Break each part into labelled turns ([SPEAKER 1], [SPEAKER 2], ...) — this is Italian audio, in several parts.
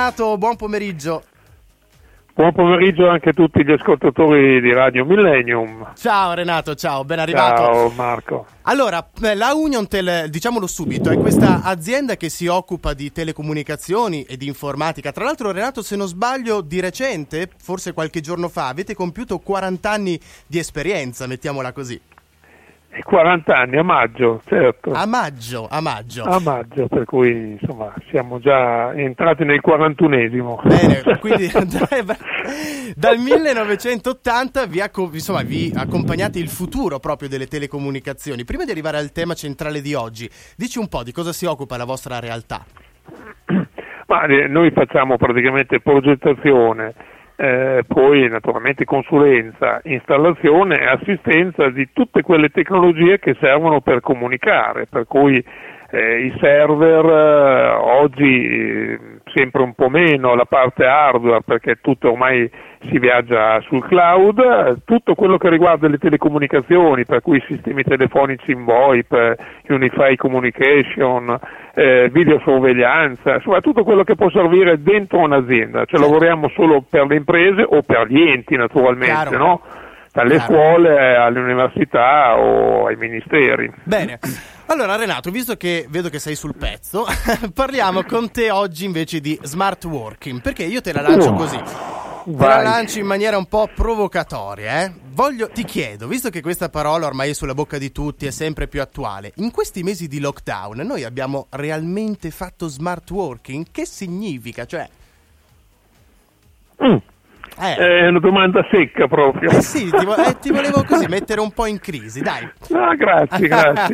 [SPEAKER 1] Renato, buon pomeriggio.
[SPEAKER 2] Buon pomeriggio anche a tutti gli ascoltatori di Radio Millennium.
[SPEAKER 1] Ciao Renato, ciao, ben arrivato.
[SPEAKER 2] Ciao Marco.
[SPEAKER 1] Allora, la Union diciamolo subito, è questa azienda che si occupa di telecomunicazioni e di informatica. Tra l'altro, Renato, se non sbaglio, di recente, forse qualche giorno fa, avete compiuto 40 anni di esperienza, mettiamola così.
[SPEAKER 2] 40 anni, a maggio, certo.
[SPEAKER 1] A maggio.
[SPEAKER 2] A maggio, per cui insomma siamo già entrati nel 41esimo.
[SPEAKER 1] Bene, quindi dal 1980 vi accompagnate il futuro proprio delle telecomunicazioni. Prima di arrivare al tema centrale di oggi, dici un po' di cosa si occupa la vostra realtà.
[SPEAKER 2] Ma noi facciamo praticamente progettazione, poi naturalmente consulenza, installazione e assistenza di tutte quelle tecnologie che servono per comunicare, per cui i server oggi sempre un po' meno, la parte hardware perché tutto ormai si viaggia sul cloud, tutto quello che riguarda le telecomunicazioni, per cui sistemi telefonici in VoIP, Unified Communication, videosorveglianza, insomma tutto quello che può servire dentro un'azienda, cioè lavoriamo solo per le imprese o per gli enti naturalmente,
[SPEAKER 1] Chiaro.
[SPEAKER 2] no? Dalle scuole alle università o ai ministeri.
[SPEAKER 1] Bene. Allora Renato, visto che vedo che sei sul pezzo, parliamo con te oggi invece di smart working, perché io te la lancio così. Te la lancio in maniera un po' provocatoria, ti chiedo, visto che questa parola ormai è sulla bocca di tutti, è sempre più attuale, in questi mesi di lockdown noi abbiamo realmente fatto smart working? Che significa? Cioè...
[SPEAKER 2] È una domanda secca proprio.
[SPEAKER 1] Sì, ti volevo così mettere un po' in crisi, dai.
[SPEAKER 2] No, grazie.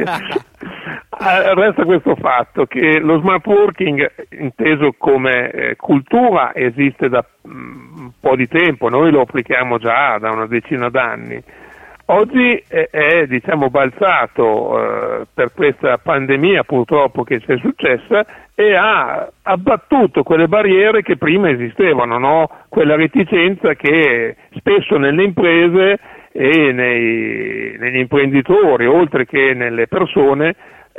[SPEAKER 2] Resta questo fatto che lo smart working, inteso come cultura, esiste da un po' di tempo, noi lo applichiamo già da una decina d'anni. Oggi è diciamo balzato per questa pandemia purtroppo che ci è successa e ha abbattuto quelle barriere che prima esistevano, no? Quella reticenza che spesso nelle imprese e negli imprenditori, oltre che nelle persone,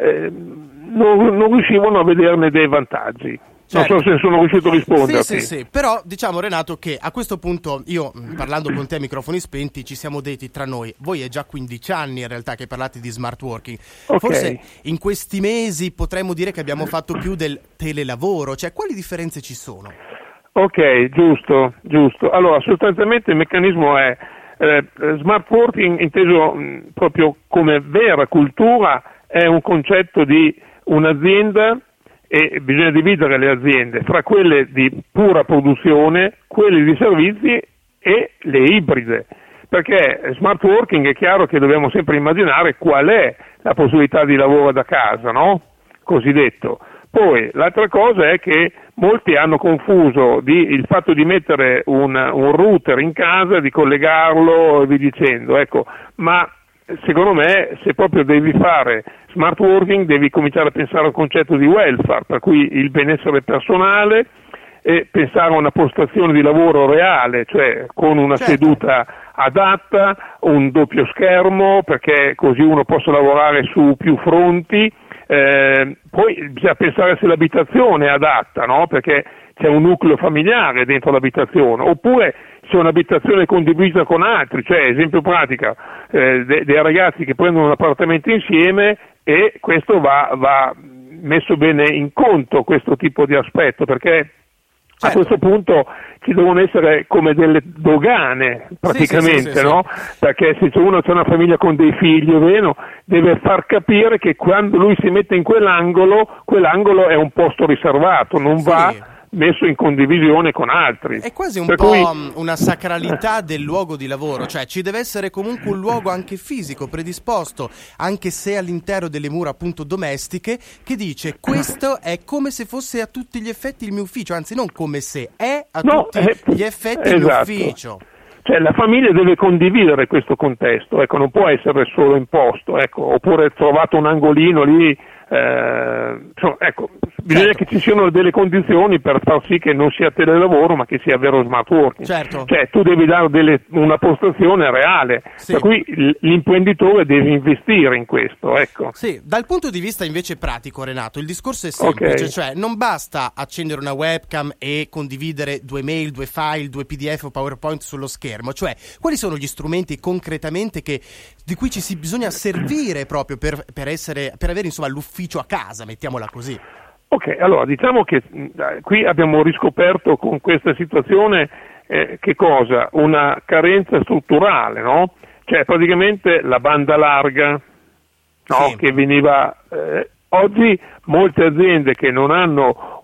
[SPEAKER 2] non riuscivano a vederne dei vantaggi. Certo. Non so se sono riuscito a risponderti.
[SPEAKER 1] Sì, però diciamo Renato che a questo punto io, parlando con te a microfoni spenti, ci siamo detti tra noi, voi è già 15 anni in realtà che parlate di smart working,
[SPEAKER 2] okay.
[SPEAKER 1] Forse in questi mesi potremmo dire che abbiamo fatto più del telelavoro, cioè quali differenze ci sono?
[SPEAKER 2] Ok, giusto. Allora sostanzialmente il meccanismo è smart working inteso proprio come vera cultura, è un concetto di un'azienda e bisogna dividere le aziende fra quelle di pura produzione, quelle di servizi e le ibride, perché smart working è chiaro che dobbiamo sempre immaginare qual è la possibilità di lavoro da casa, no? Cosiddetto. Poi l'altra cosa è che molti hanno confuso il fatto di mettere un router in casa, di collegarlo e via dicendo, ecco, ma secondo me se proprio devi fare smart working devi cominciare a pensare al concetto di welfare, per cui il benessere personale e pensare a una postazione di lavoro reale, cioè con una seduta adatta, un doppio schermo perché così uno possa lavorare su più fronti, poi bisogna pensare se l'abitazione è adatta, no? Perché c'è un nucleo familiare dentro l'abitazione, oppure c'è un'abitazione condivisa con altri, cioè esempio pratica, dei ragazzi che prendono un appartamento insieme e questo va messo bene in conto questo tipo di aspetto, perché a questo punto ci devono essere come delle dogane praticamente, sì. No? Perché se uno c'è una famiglia con dei figli o meno, deve far capire che quando lui si mette in quell'angolo è un posto riservato, non va messo in condivisione con altri.
[SPEAKER 1] È quasi un po' una sacralità del luogo di lavoro, cioè ci deve essere comunque un luogo anche fisico predisposto, anche se all'interno delle mura appunto domestiche, che dice questo è come se fosse a tutti gli effetti il mio ufficio, anzi non come se, è a tutti gli effetti il mio ufficio.
[SPEAKER 2] Cioè la famiglia deve condividere questo contesto, ecco, non può essere solo imposto, ecco, oppure trovato un angolino lì insomma, ecco, bisogna che ci siano delle condizioni per far sì che non sia telelavoro ma che sia vero smart working.
[SPEAKER 1] Certo.
[SPEAKER 2] Cioè tu devi dare una postazione reale,
[SPEAKER 1] sì.
[SPEAKER 2] Per cui l'imprenditore deve investire in questo, ecco.
[SPEAKER 1] Sì, dal punto di vista invece pratico, Renato, il discorso è semplice, cioè non basta accendere una webcam e condividere 2 mail, 2 file, 2 PDF o PowerPoint sullo schermo, cioè quali sono gli strumenti concretamente di cui ci bisogna servire proprio per avere insomma l'ufficio a casa, mettiamola così.
[SPEAKER 2] Ok, allora diciamo che qui abbiamo riscoperto con questa situazione che cosa? Una carenza strutturale, no? Cioè praticamente la banda larga, no? Sì. Che veniva oggi molte aziende che non hanno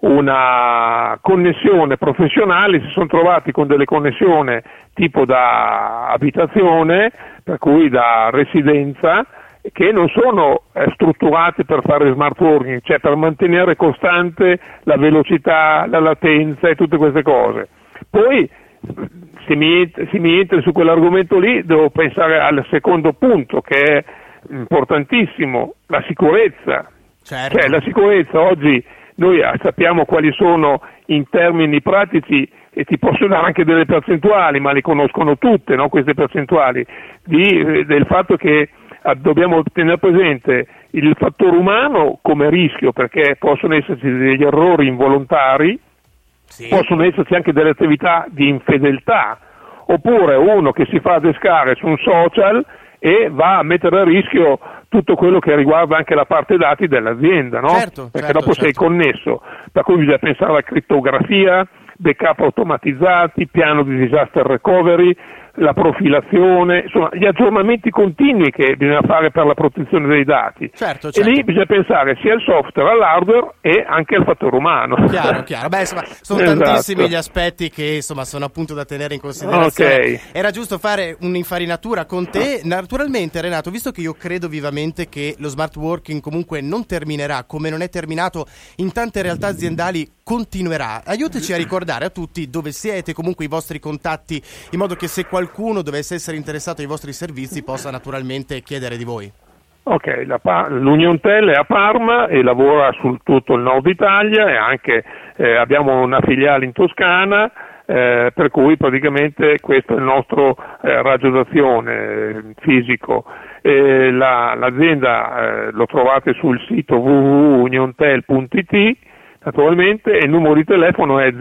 [SPEAKER 2] una connessione professionale si sono trovati con delle connessioni tipo da abitazione, per cui da residenza, che non sono strutturate per fare smart working, cioè per mantenere costante la velocità, la latenza e tutte queste cose. Poi se mi entra su quell'argomento lì devo pensare al secondo punto che è importantissimo, la sicurezza.
[SPEAKER 1] Certo.
[SPEAKER 2] Cioè la sicurezza oggi noi sappiamo quali sono in termini pratici e ti posso dare anche delle percentuali, ma le conoscono tutte, no? Queste percentuali del fatto che dobbiamo tenere presente il fattore umano come rischio, perché possono esserci degli errori involontari, sì. Possono esserci anche delle attività di infedeltà, oppure uno che si fa adescare su un social e va a mettere a rischio tutto quello che riguarda anche la parte dati dell'azienda, no?
[SPEAKER 1] Certo,
[SPEAKER 2] perché dopo sei connesso, per cui bisogna pensare alla crittografia, backup automatizzati, piano di disaster recovery, la profilazione, insomma gli aggiornamenti continui che bisogna fare per la protezione dei dati.
[SPEAKER 1] Certo.
[SPEAKER 2] E lì bisogna pensare sia al software, all'hardware e anche al fattore umano.
[SPEAKER 1] Chiaro. Beh, insomma, sono tantissimi gli aspetti che insomma sono appunto da tenere in considerazione.
[SPEAKER 2] Okay.
[SPEAKER 1] Era giusto fare un'infarinatura con te. Naturalmente, Renato, visto che io credo vivamente che lo smart working comunque non terminerà, come non è terminato in tante realtà aziendali, continuerà. Aiutaci a ricordare a tutti dove siete, comunque i vostri contatti, in modo che se qualcuno dovesse essere interessato ai vostri servizi possa naturalmente chiedere di voi.
[SPEAKER 2] Ok, l'Uniontel è a Parma e lavora su tutto il nord Italia e anche abbiamo una filiale in Toscana, per cui praticamente questo è il nostro raggio d'azione fisico. L'azienda lo trovate sul sito www.uniontel.it naturalmente, e il numero di telefono è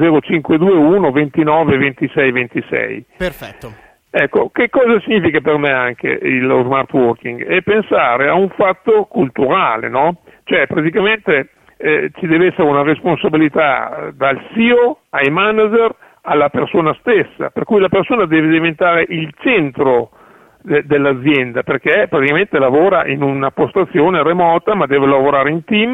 [SPEAKER 2] 0521 29 26 26.
[SPEAKER 1] Perfetto.
[SPEAKER 2] Ecco, che cosa significa per me anche lo smart working? È pensare a un fatto culturale, no? Cioè praticamente ci deve essere una responsabilità dal CEO ai manager alla persona stessa, per cui la persona deve diventare il centro dell'azienda, perché praticamente lavora in una postazione remota ma deve lavorare in team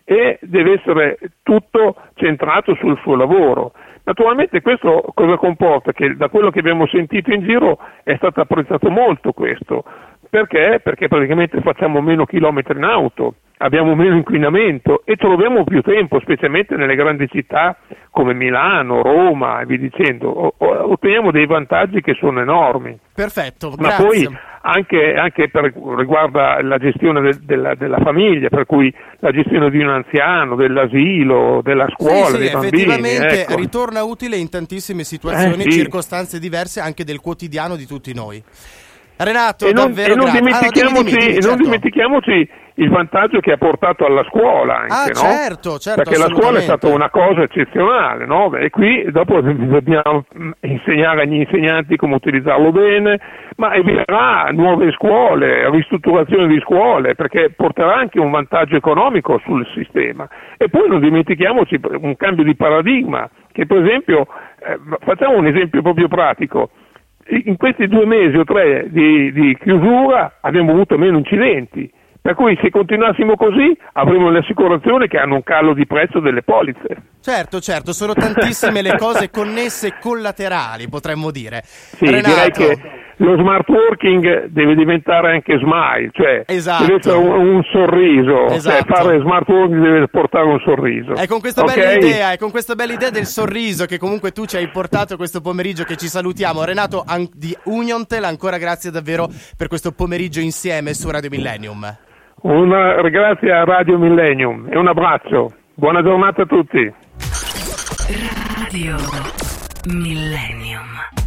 [SPEAKER 2] e deve essere tutto centrato sul suo lavoro. Naturalmente questo cosa comporta? Che da quello che abbiamo sentito in giro è stato apprezzato molto questo. Perché? Perché praticamente facciamo meno chilometri in auto, abbiamo meno inquinamento e troviamo più tempo, specialmente nelle grandi città come Milano, Roma e via dicendo. Otteniamo dei vantaggi che sono enormi.
[SPEAKER 1] Perfetto,
[SPEAKER 2] ma
[SPEAKER 1] grazie.
[SPEAKER 2] Poi anche per riguarda la gestione della famiglia, per cui la gestione di un anziano, dell'asilo, della scuola, dei bambini.
[SPEAKER 1] Effettivamente
[SPEAKER 2] ecco.
[SPEAKER 1] Ritorna utile in tantissime situazioni,
[SPEAKER 2] sì.
[SPEAKER 1] Circostanze diverse anche del quotidiano di tutti noi. Renato,
[SPEAKER 2] e non
[SPEAKER 1] dimentichiamoci,
[SPEAKER 2] non dimentichiamoci il vantaggio che ha portato alla scuola anche, no?
[SPEAKER 1] Certo,
[SPEAKER 2] perché la scuola è stata una cosa eccezionale, no? E qui dopo dobbiamo insegnare agli insegnanti come utilizzarlo bene, ma eviterà nuove scuole, ristrutturazione di scuole, perché porterà anche un vantaggio economico sul sistema. E poi non dimentichiamoci un cambio di paradigma, che per esempio, facciamo un esempio proprio pratico. In questi 2 mesi o 3 di chiusura abbiamo avuto meno incidenti, per cui se continuassimo così avremo le assicurazioni che hanno un calo di prezzo delle polizze.
[SPEAKER 1] Certo, sono tantissime le cose connesse collaterali, potremmo dire.
[SPEAKER 2] Sì,
[SPEAKER 1] Renato,
[SPEAKER 2] direi che lo smart working deve diventare anche smile, cioè
[SPEAKER 1] esatto.
[SPEAKER 2] Deve essere un sorriso,
[SPEAKER 1] esatto.
[SPEAKER 2] Cioè fare smart working deve portare un sorriso.
[SPEAKER 1] È con questa bella idea del sorriso che comunque tu ci hai portato questo pomeriggio, che ci salutiamo. Renato di Uniontel, ancora grazie davvero per questo pomeriggio insieme su Radio Millennium.
[SPEAKER 2] Grazie a Radio Millennium e un abbraccio. Buona giornata a tutti.
[SPEAKER 3] Radio Millennium.